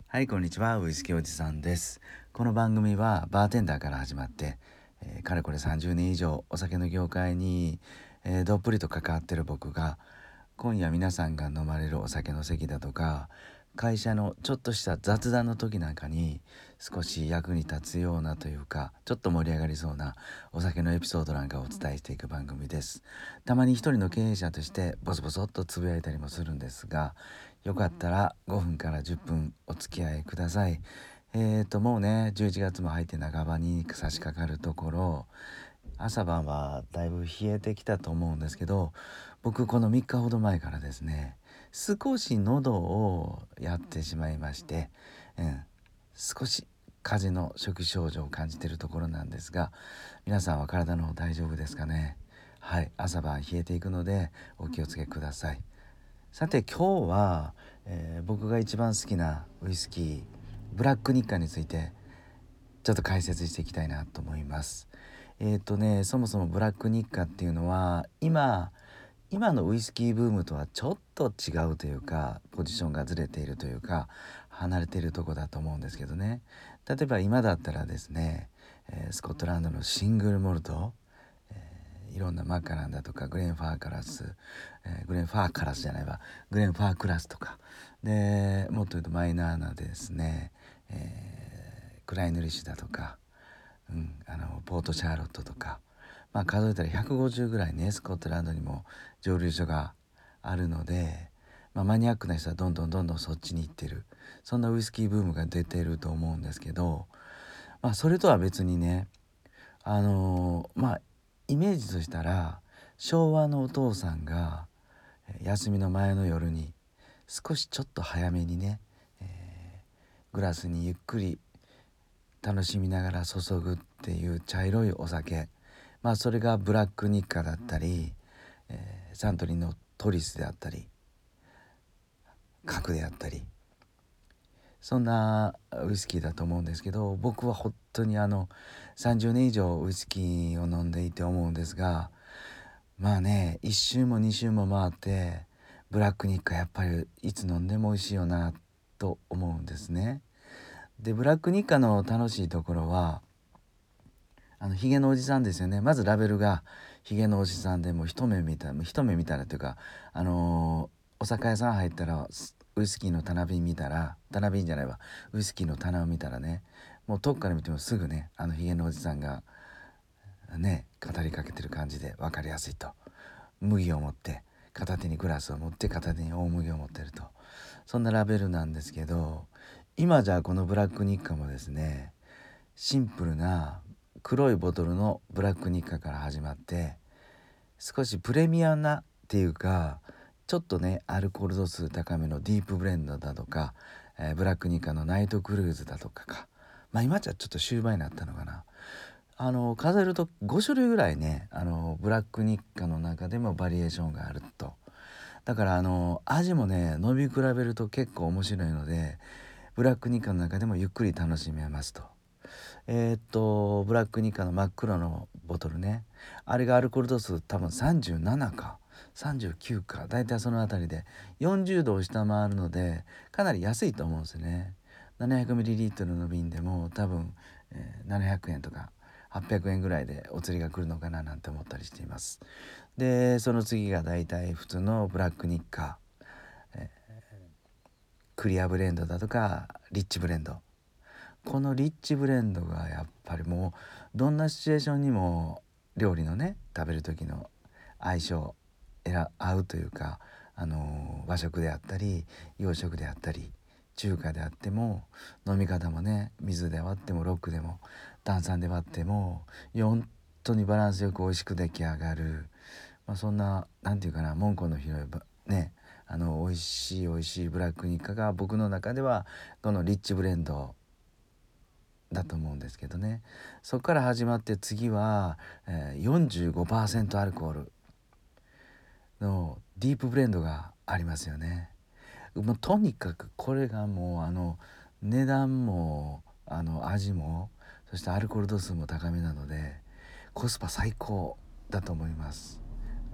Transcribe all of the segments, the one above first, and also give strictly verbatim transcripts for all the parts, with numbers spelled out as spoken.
はい、こんにちは。ウイスキーおじさんです。この番組はバーテンダーから始まって、えーかれこれさんじゅうねん以上お酒の業界に、えーどっぷりと関わってる僕が、今夜皆さんが飲まれるお酒の席だとか、会社のちょっとした雑談の時なんかに少し役に立つようなというか、ちょっと盛り上がりそうなお酒のエピソードなんかをお伝えしていく番組です。たまに一人の経営者としてボソボソっとつぶやいたりもするんですが、よかったらごふんからじゅっぷんお付き合いください。えーともうねじゅういちがつも入って半ばに差し掛かるところ、朝晩はだいぶ冷えてきたと思うんですけど、僕このみっかほど前からですね、少し喉をやってしまいまして、うん、少し風邪の初期症状を感じているところなんですが、皆さんは体の方大丈夫ですかね。はい、朝晩冷えていくのでお気をつけください。さて今日は、えー僕が一番好きなウイスキーブラックニッカについてちょっと解説していきたいなと思います。えっとねそもそもブラックニッカっていうのは今今のウイスキーブームとはちょっと違うというか、ポジションがずれているというか離れているとこだと思うんですけどね。例えば今だったらですね、えースコットランドのシングルモルト、いろんなマカランだとかグレンファーカラス、えーグレンファーカラスじゃないわグレンファークラスとかで、もっと言うとマイナーなですね、えークライヌリッシュだとか、うん、あのポートシャーロットとか、まあ、数えたらひゃくごじゅうぐらいねスコットランドにも蒸留所があるので、まあ、マニアックな人はどんどんどんどんそっちに行ってる、そんなウイスキーブームが出てると思うんですけど、まあ、それとは別にね、あのーまあイメージとしたら昭和のお父さんがえー休みの前の夜に少しちょっと早めにね、えーグラスにゆっくり楽しみながら注ぐっていう茶色いお酒、まあそれがブラックニッカだったり、えーサントリーのトリスであったり角であったり、そんなウイスキーだと思うんですけど、僕は本当にあのさんじゅうねん以上ウイスキーを飲んでいて思うんですが、まあねいっ周もに周も回ってブラックニッカやっぱりいつ飲んでも美味しいよなと思うんですね。でブラックニッカの楽しいところはあのヒゲのおじさんですよね。まずラベルがヒゲのおじさんで、もう一目見たら一目見たらというか、あのーお酒屋さん入ったらウイスキーの棚瓶見たら棚瓶じゃないわウイスキーの棚を見たらね、もう遠くから見てもすぐねあのヒゲのおじさんがね語りかけてる感じで分かりやすいと。麦を持って片手にグラスを持って片手に大麦を持ってると、そんなラベルなんですけど、今じゃあこのブラックニッカもですね、シンプルな黒いボトルのブラックニッカから始まって、少しプレミアムなっていうかちょっとねアルコール度数高めのディープブレンドだとか、えーブラックニッカのナイトクルーズだとかか、まあ今じゃちょっと終売になったのかな。あの数えるとご種類ぐらいね、あのブラックニッカの中でもバリエーションがあると。だからあの味もね飲み比べると結構面白いので、ブラックニッカの中でもゆっくり楽しめますと。えーっとブラックニッカの真っ黒のボトルね、あれがアルコール度数多分さんじゅうななかさんじゅうきゅうか、だいたいそのあたりでよんじゅうどを下回るのでかなり安いと思うんですよね。 ななひゃくミリリットル の瓶でも多分、えーななひゃくえんとかはっぴゃくえんぐらいでお釣りが来るのかななんて思ったりしています。でその次がだいたい普通のブラックニッカ、えークリアブレンドだとかリッチブレンド、このリッチブレンドがやっぱりもうどんなシチュエーションにも料理のね食べる時の相性選合うというか、あの和食であったり洋食であったり中華であっても、飲み方もね水で割ってもロックでも炭酸で割っても本当にバランスよく美味しく出来上がる、まあ、そんななんていうかな門戸の広いばね、あの美味しい美味しいブラックニッカが僕の中ではこのリッチブレンドだと思うんですけどね。そこから始まって次は、えー、よんじゅうごパーセント アルコールのディープブレンドがありますよね。もうとにかくこれがもうあの値段もあの味もそしてアルコール度数も高めなのでコスパ最高だと思います。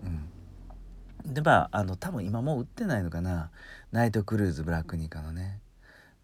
うん、でまああの多分今もう売ってないのかな、ナイトクルーズブラックニカのね。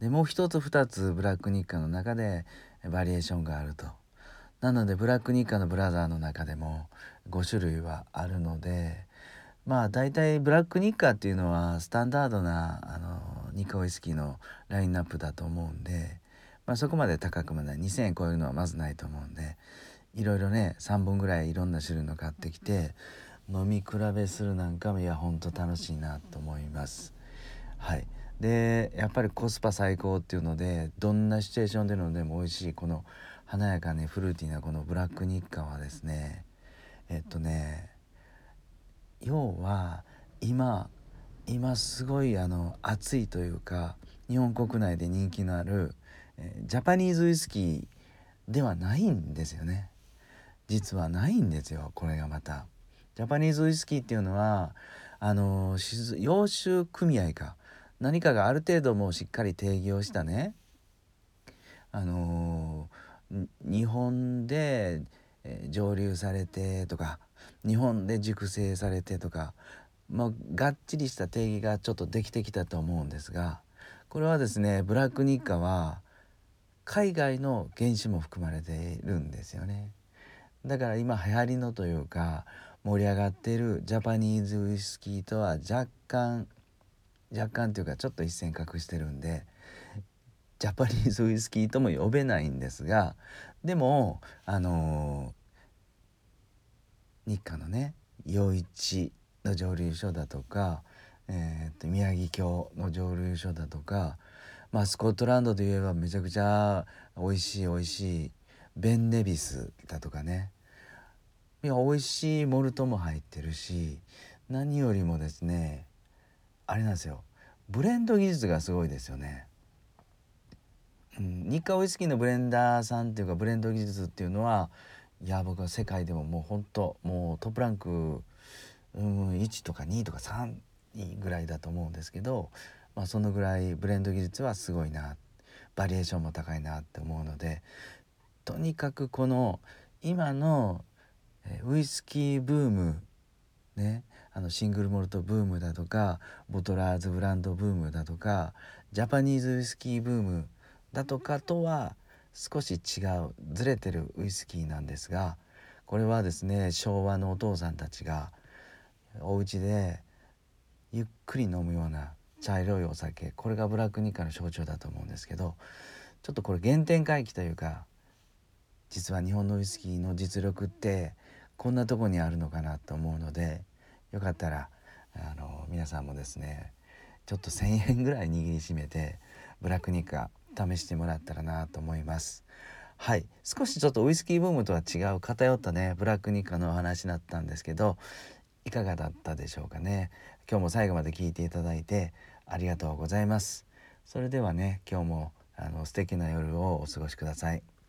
でもう一つ二つブラックニッカの中でバリエーションがあると。なのでブラックニッカのブラザーの中でもご種類はあるので、まあ大体ブラックニッカっていうのはスタンダードなあのニッカウイスキーのラインナップだと思うんで、まあ、そこまで高くもないにせんえん超えるのはまずないと思うんで、いろいろねさんぼんぐらいいろんな種類の買ってきて飲み比べするなんかもいやほんと楽しいなと思います。はい。でやっぱりコスパ最高っていうので、どんなシチュエーションでのでも美味しいこの華やかにフルーティーなこのブラックニッカはですね、えっとね要は今今すごいあの熱いというか日本国内で人気のある、えージャパニーズウイスキーではないんですよね。実はないんですよ、これがまた。ジャパニーズウイスキーっていうのはあの洋酒組合か何かがある程度もうしっかり定義をしたね、あの日本で、えー蒸留されてとか日本で熟成されてとか、まあ、がっちりした定義がちょっとできてきたと思うんですが、これはですねブラックニッカは海外の原酒も含まれているんですよね。だから今流行りのというか盛り上がっているジャパニーズウイスキーとは若干若干というかちょっと一線画してるんでジャパニーズウイスキーとも呼べないんですが、でもあのー、日韓のね余市の蒸留所だとか、えー、と宮城郷の蒸留所だとか、まあ、スコットランドで言えばめちゃくちゃ美味しい美味しいベン・ネビスだとかね、いや美味しいモルトも入ってるし、何よりもですねあれなんですよ、ブレンド技術がすごいですよね。うん、日課ウイスキーのブレンダーさんっていうかブレンド技術っていうのはいや僕は世界でももうほんともうトップランク、うん、いちとかにとかさんいぐらいだと思うんですけど、まあ、そのぐらいブレンド技術はすごいな、バリエーションも高いなって思うので、とにかくこの今のえウイスキーブームね、あのシングルモルトブームだとかボトラーズブランドブームだとかジャパニーズウイスキーブームだとかとは少し違うずれてるウイスキーなんですが、これはですね昭和のお父さんたちがお家でゆっくり飲むような茶色いお酒、これがブラックニッカの象徴だと思うんですけど、ちょっとこれ原点回帰というか、実は日本のウイスキーの実力ってこんなとこにあるのかなと思うので、よかったらあの皆さんもですねちょっとせんえんぐらい握りしめてブラックニッカ試してもらったらなと思います。はい、少しちょっとウイスキーブームとは違う偏ったねブラックニッカのお話だったんですけど、いかがだったでしょうかね。今日も最後まで聞いていただいてありがとうございます。それではね今日もあの素敵な夜をお過ごしください。